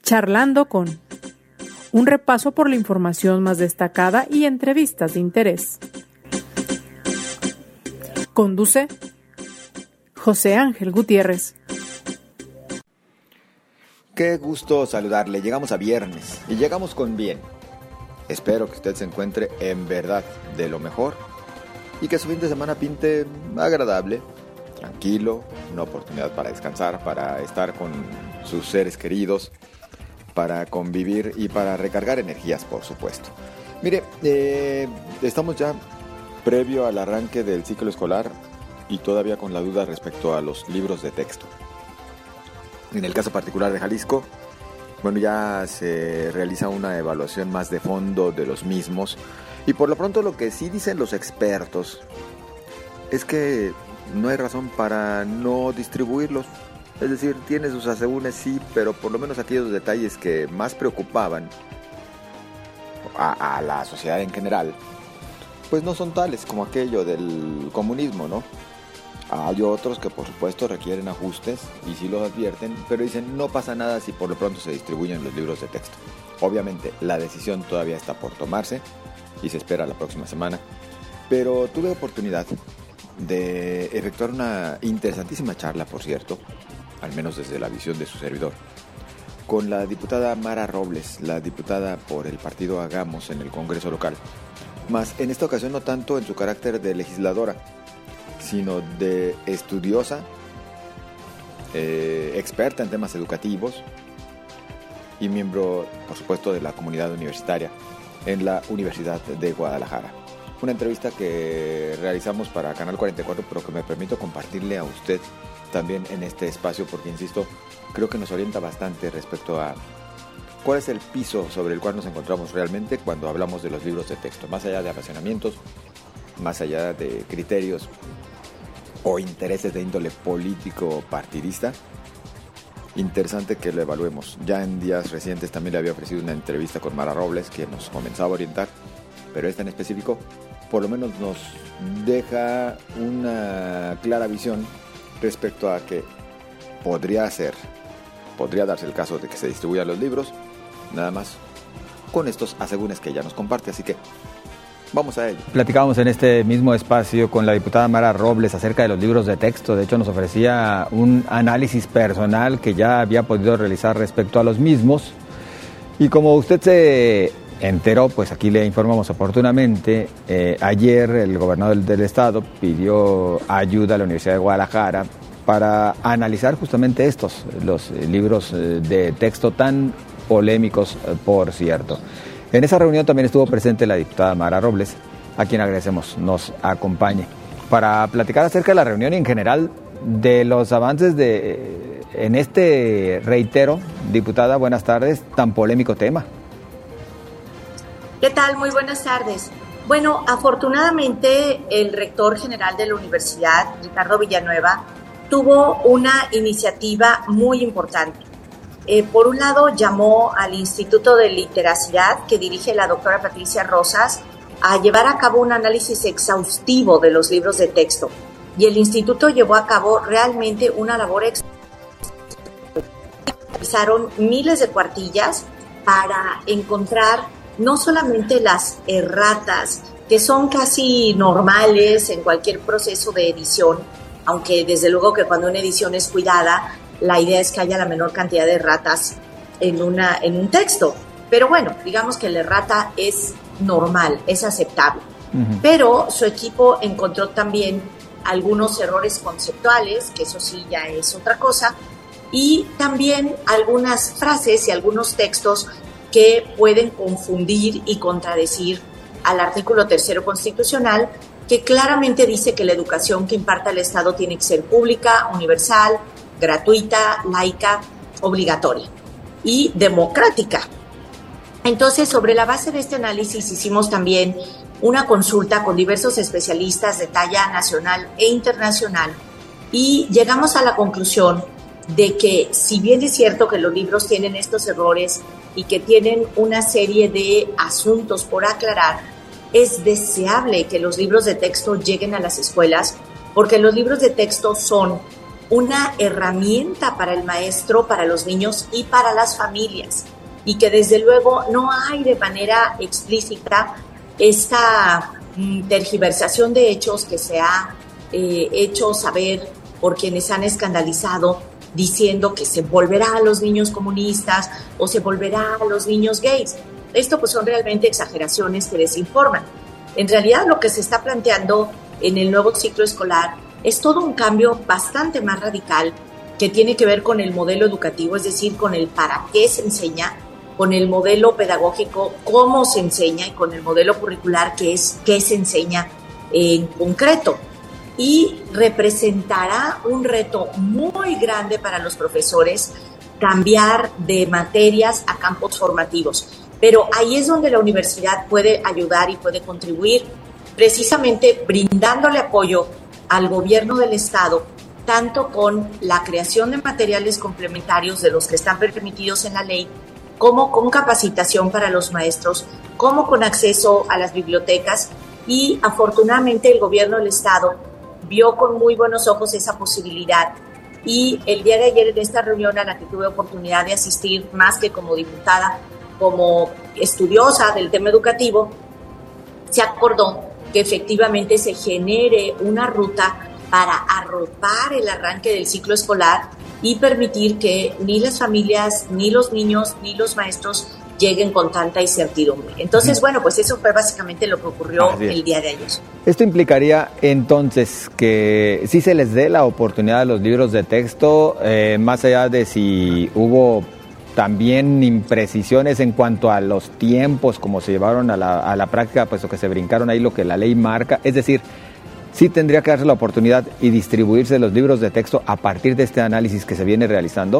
Charlando con un repaso por la información más destacada y entrevistas de interés. Conduce José Ángel Gutiérrez. Qué gusto saludarle. Llegamos a viernes y llegamos con bien. Espero que usted se encuentre en verdad de lo mejor y que su fin de semana pinte agradable, tranquilo, una oportunidad para descansar, para estar con sus seres queridos, para convivir y para recargar energías, por supuesto. Mire, estamos ya previo al arranque del ciclo escolar y todavía con la duda respecto a los libros de texto. En el caso particular de Jalisco, bueno, ya se realiza una evaluación más de fondo de los mismos y por lo pronto lo que sí dicen los expertos es que no hay razón para no distribuirlos. Es decir, tiene sus asegúnes, sí, pero por lo menos aquellos detalles que más preocupaban a la sociedad en general, pues no son tales como aquello del comunismo, ¿no? Hay otros que por supuesto requieren ajustes y sí los advierten, pero dicen no pasa nada si por lo pronto se distribuyen los libros de texto. Obviamente la decisión todavía está por tomarse y se espera la próxima semana, pero tuve oportunidad de efectuar una interesantísima charla, por cierto, al menos desde la visión de su servidor, con la diputada Mara Robles, la diputada por el partido Hagamos en el Congreso local, mas en esta ocasión no tanto en su carácter de legisladora, sino de estudiosa, experta en temas educativos y miembro, por supuesto, de la comunidad universitaria en la Universidad de Guadalajara. Una entrevista que realizamos para Canal 44, pero que me permito compartirle a usted también en este espacio porque, insisto, creo que nos orienta bastante respecto a cuál es el piso sobre el cual nos encontramos realmente cuando hablamos de los libros de texto, más allá de apasionamientos, más allá de criterios o intereses de índole político o partidista. Interesante que lo evaluemos. Ya en días recientes también le había ofrecido una entrevista con Mara Robles que nos comenzaba a orientar, pero esta en específico por lo menos nos deja una clara visión respecto a que podría darse el caso de que se distribuyan los libros, nada más con estos asegúnes que ella nos comparte, así que vamos a ello. Platicábamos en este mismo espacio con la diputada Mara Robles acerca de los libros de texto. De hecho, nos ofrecía un análisis personal que ya había podido realizar respecto a los mismos. Y como usted se enteró, pues aquí le informamos oportunamente. Ayer el gobernador del estado pidió ayuda a la Universidad de Guadalajara para analizar justamente los libros de texto tan polémicos, por cierto. En esa reunión también estuvo presente la diputada Mara Robles, a quien agradecemos nos acompañe, para platicar acerca de la reunión y en general de los avances en este, reitero, diputada, buenas tardes, tan polémico tema. ¿Qué tal? Muy buenas tardes. Bueno, afortunadamente el rector general de la universidad, Ricardo Villanueva, tuvo una iniciativa muy importante. Por un lado, llamó al Instituto de Literacidad, que dirige la doctora Patricia Rosas, a llevar a cabo un análisis exhaustivo de los libros de texto. Y el instituto llevó a cabo realmente una labor realizaron miles de cuartillas para encontrar no solamente las erratas, que son casi normales en cualquier proceso de edición, aunque desde luego que cuando una edición es cuidada, la idea es que haya la menor cantidad de erratas en un texto. Pero bueno, digamos que la errata es normal, es aceptable. Uh-huh. Pero su equipo encontró también algunos errores conceptuales, que eso sí ya es otra cosa, y también algunas frases y algunos textos que pueden confundir y contradecir al artículo 3º constitucional, que claramente dice que la educación que imparta el Estado tiene que ser pública, universal, gratuita, laica, obligatoria y democrática. Entonces, sobre la base de este análisis hicimos también una consulta con diversos especialistas de talla nacional e internacional y llegamos a la conclusión de que si bien es cierto que los libros tienen estos errores y que tienen una serie de asuntos por aclarar, es deseable que los libros de texto lleguen a las escuelas porque los libros de texto son una herramienta para el maestro, para los niños y para las familias. Y que desde luego no hay de manera explícita esta tergiversación de hechos que se ha hecho saber por quienes han escandalizado, diciendo que se volverá a los niños comunistas o se volverá a los niños gays. Esto pues son realmente exageraciones que desinforman. En realidad lo que se está planteando en el nuevo ciclo escolar es todo un cambio bastante más radical que tiene que ver con el modelo educativo, es decir, con el para qué se enseña, con el modelo pedagógico, cómo se enseña, y con el modelo curricular, que es qué se enseña en concreto. Y representará un reto muy grande para los profesores cambiar de materias a campos formativos. Pero ahí es donde la universidad puede ayudar y puede contribuir, precisamente brindándole apoyo al gobierno del Estado, tanto con la creación de materiales complementarios de los que están permitidos en la ley, como con capacitación para los maestros, como con acceso a las bibliotecas. Y afortunadamente el gobierno del Estado vio con muy buenos ojos esa posibilidad. Y el día de ayer, en esta reunión a la que tuve oportunidad de asistir, más que como diputada, como estudiosa del tema educativo, se acordó que efectivamente se genere una ruta para arropar el arranque del ciclo escolar y permitir que ni las familias, ni los niños, ni los maestros lleguen con tanta incertidumbre. Entonces, bueno, pues eso fue básicamente lo que ocurrió el día de ayer. Esto implicaría entonces que sí se les dé la oportunidad a los libros de texto, más allá de si hubo también imprecisiones en cuanto a los tiempos, como se llevaron a la práctica, puesto que se brincaron ahí lo que la ley marca. Es decir, sí tendría que darse la oportunidad y distribuirse los libros de texto a partir de este análisis que se viene realizando.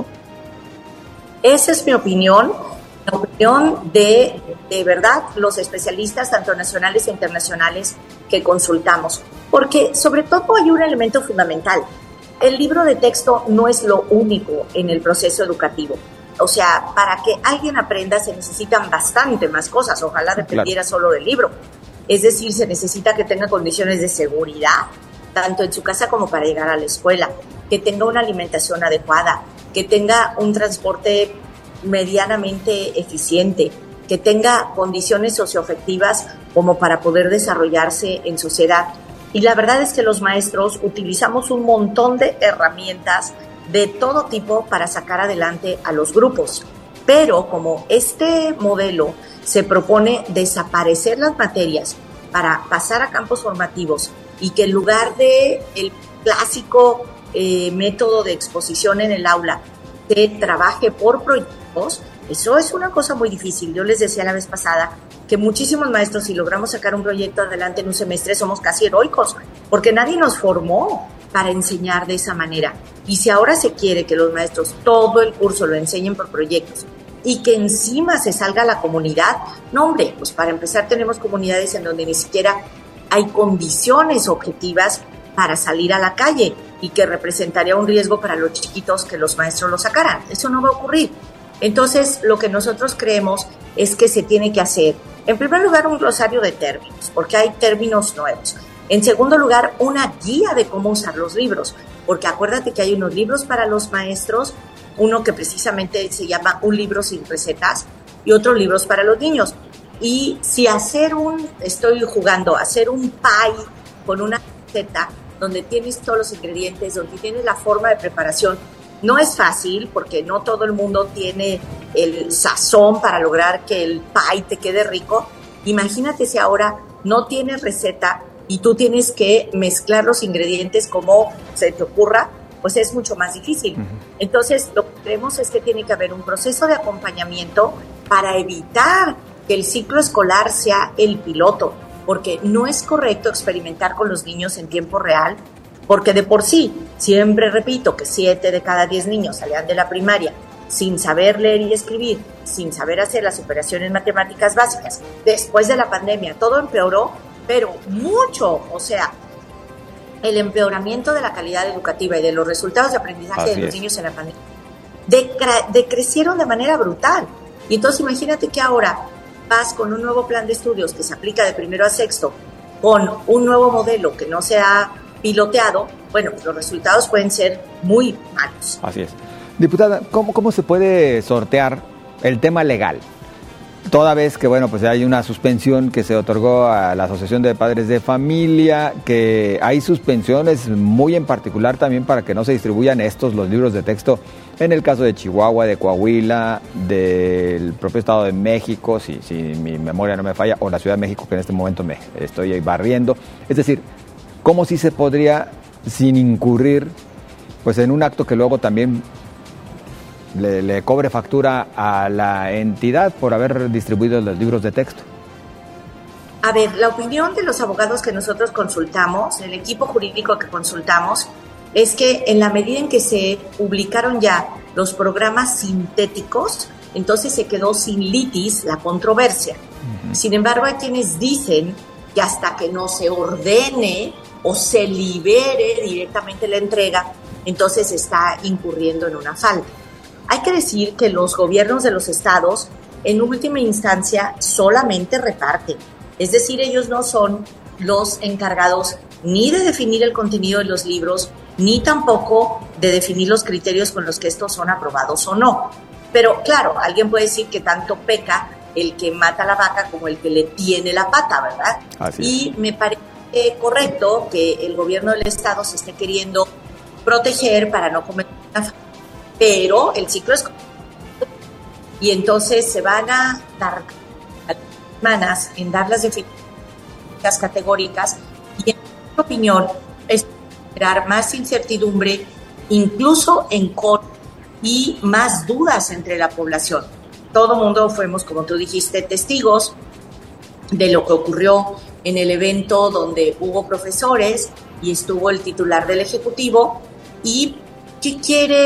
Esa es mi opinión, la opinión de verdad los especialistas, tanto nacionales e internacionales, que consultamos. Porque sobre todo hay un elemento fundamental. El libro de texto no es lo único en el proceso educativo. O sea, para que alguien aprenda se necesitan bastante más cosas. Ojalá dependiera solo del libro. Es decir, se necesita que tenga condiciones de seguridad, tanto en su casa como para llegar a la escuela, que tenga una alimentación adecuada, que tenga un transporte medianamente eficiente, que tenga condiciones socioafectivas como para poder desarrollarse en sociedad. Y la verdad es que los maestros utilizamos un montón de herramientas de todo tipo para sacar adelante a los grupos. Pero como este modelo se propone desaparecer las materias para pasar a campos formativos y que en lugar de el clásico método de exposición en el aula se trabaje por proyectos, eso es una cosa muy difícil. Yo les decía la vez pasada que muchísimos maestros, si logramos sacar un proyecto adelante en un semestre, somos casi heroicos, porque nadie nos formó para enseñar de esa manera. Y si ahora se quiere que los maestros todo el curso lo enseñen por proyectos y que encima se salga a la comunidad, no hombre, pues para empezar tenemos comunidades en donde ni siquiera hay condiciones objetivas para salir a la calle y que representaría un riesgo para los chiquitos que los maestros lo sacaran. Eso no va a ocurrir. Entonces, lo que nosotros creemos es que se tiene que hacer, en primer lugar, un glosario de términos, porque hay términos nuevos. En segundo lugar, una guía de cómo usar los libros, porque acuérdate que hay unos libros para los maestros, uno que precisamente se llama Un libro sin recetas y otros libros para los niños. Y si hacer hacer un pie con una receta donde tienes todos los ingredientes, donde tienes la forma de preparación, no es fácil porque no todo el mundo tiene el sazón para lograr que el pie te quede rico. Imagínate si ahora no tienes receta y tú tienes que mezclar los ingredientes como se te ocurra, pues es mucho más difícil. Entonces, lo que creemos es que tiene que haber un proceso de acompañamiento para evitar que el ciclo escolar sea el piloto, porque no es correcto experimentar con los niños en tiempo real, porque de por sí, siempre repito que 7 de cada 10 niños salían de la primaria sin saber leer y escribir, sin saber hacer las operaciones matemáticas básicas. Después de la pandemia, todo empeoró, pero mucho. O sea, el empeoramiento de la calidad educativa y de los resultados de aprendizaje de los niños en la pandemia decrecieron de manera brutal. Y entonces imagínate que ahora vas con un nuevo plan de estudios que se aplica de primero a sexto, con un nuevo modelo que no se ha piloteado, bueno, pues los resultados pueden ser muy malos. Así es. Diputada, ¿cómo se puede sortear el tema legal? Toda vez que, bueno, pues hay una suspensión que se otorgó a la Asociación de Padres de Familia, que hay suspensiones muy en particular también para que no se distribuyan los libros de texto, en el caso de Chihuahua, de Coahuila, del propio Estado de México, si mi memoria no me falla, o la Ciudad de México, que en este momento me estoy barriendo. Es decir, ¿cómo sí se podría, sin incurrir pues en un acto que luego también le cobre factura a la entidad por haber distribuido los libros de texto? A ver, la opinión de los abogados que nosotros consultamos, el equipo jurídico que consultamos, es que en la medida en que se publicaron ya los programas sintéticos, entonces se quedó sin litis la controversia. Uh-huh. Sin embargo, hay quienes dicen que hasta que no se ordene o se libere directamente la entrega, entonces se está incurriendo en una falta. Hay que decir que los gobiernos de los estados, en última instancia, solamente reparten. Es decir, ellos no son los encargados ni de definir el contenido de los libros, ni tampoco de definir los criterios con los que estos son aprobados o no. Pero claro, alguien puede decir que tanto peca el que mata la vaca como el que le tiene la pata, ¿verdad? Así es. Y me parece correcto que el gobierno del estado se esté queriendo proteger para no cometer una falta. Pero el ciclo es y entonces se van a dar semanas en dar las definiciones categóricas y en mi opinión es generar más incertidumbre incluso en corte y más dudas entre la población. Todo el mundo fuimos, como tú dijiste, testigos de lo que ocurrió en el evento donde hubo profesores y estuvo el titular del Ejecutivo. Y ¿qué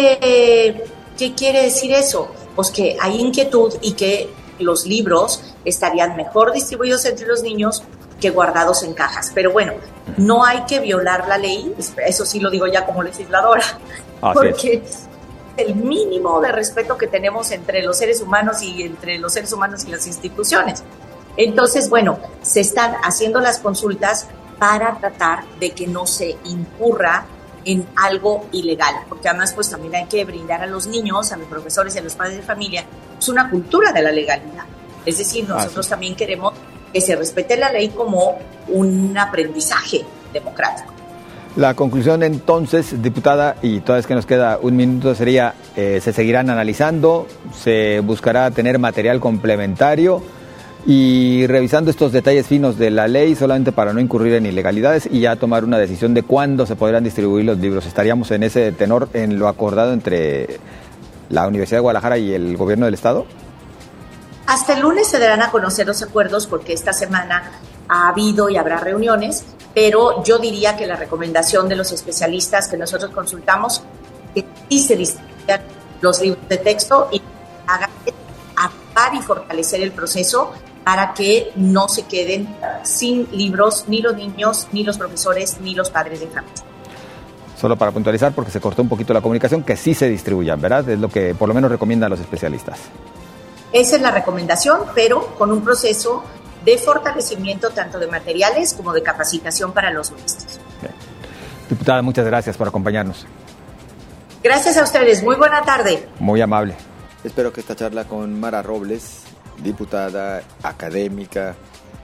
quiere decir eso? Pues que hay inquietud y que los libros estarían mejor distribuidos entre los niños que guardados en cajas. Pero bueno, no hay que violar la ley, eso sí lo digo ya como legisladora, porque es el mínimo de respeto que tenemos entre los seres humanos y entre los seres humanos y las instituciones. Entonces, bueno, se están haciendo las consultas para tratar de que no se incurra en algo ilegal, porque además pues también hay que brindar a los niños, a los profesores y a los padres de familia pues una cultura de la legalidad. Es decir, nosotros también queremos que se respete la ley como un aprendizaje democrático. La conclusión entonces, diputada, y toda vez que nos queda un minuto, sería, se seguirán analizando, se buscará tener material complementario y revisando estos detalles finos de la ley solamente para no incurrir en ilegalidades y ya tomar una decisión de cuándo se podrán distribuir los libros. ¿Estaríamos en ese tenor en lo acordado entre la Universidad de Guadalajara y el gobierno del estado? Hasta el lunes se darán a conocer los acuerdos porque esta semana ha habido y habrá reuniones, pero yo diría que la recomendación de los especialistas que nosotros consultamos es que sí se distribuyan los libros de texto y hagan activar y fortalecer el proceso para que no se queden sin libros ni los niños, ni los profesores, ni los padres de familia. Solo para puntualizar, porque se cortó un poquito la comunicación, que sí se distribuyan, ¿verdad? Es lo que por lo menos recomiendan los especialistas. Esa es la recomendación, pero con un proceso de fortalecimiento tanto de materiales como de capacitación para los maestros. Bien. Diputada, muchas gracias por acompañarnos. Gracias a ustedes. Muy buena tarde. Muy amable. Espero que esta charla con Mara Robles, diputada, académica,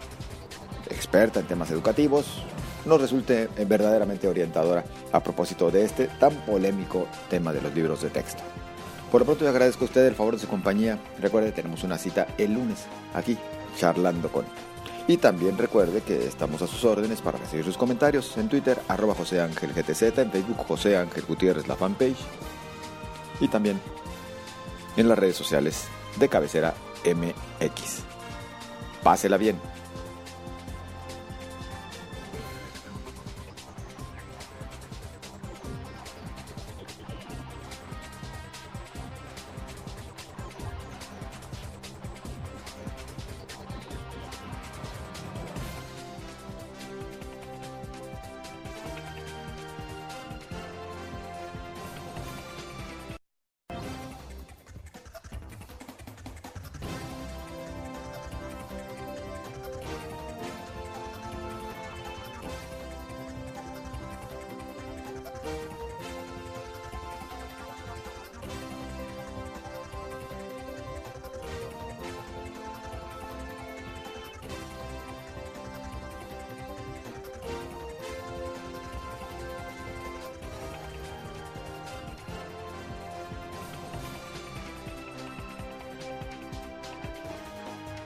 experta en temas educativos, nos resulte verdaderamente orientadora a propósito de este tan polémico tema de los libros de texto. Por lo pronto, le agradezco a usted el favor de su compañía. Recuerde, tenemos una cita el lunes, aquí, charlando con. Y también recuerde que estamos a sus órdenes para recibir sus comentarios en Twitter, @JoséAngelGTZ, en Facebook, José Ángel Gutiérrez, la fanpage, y también en las redes sociales de Cabecera MX. Pásela bien.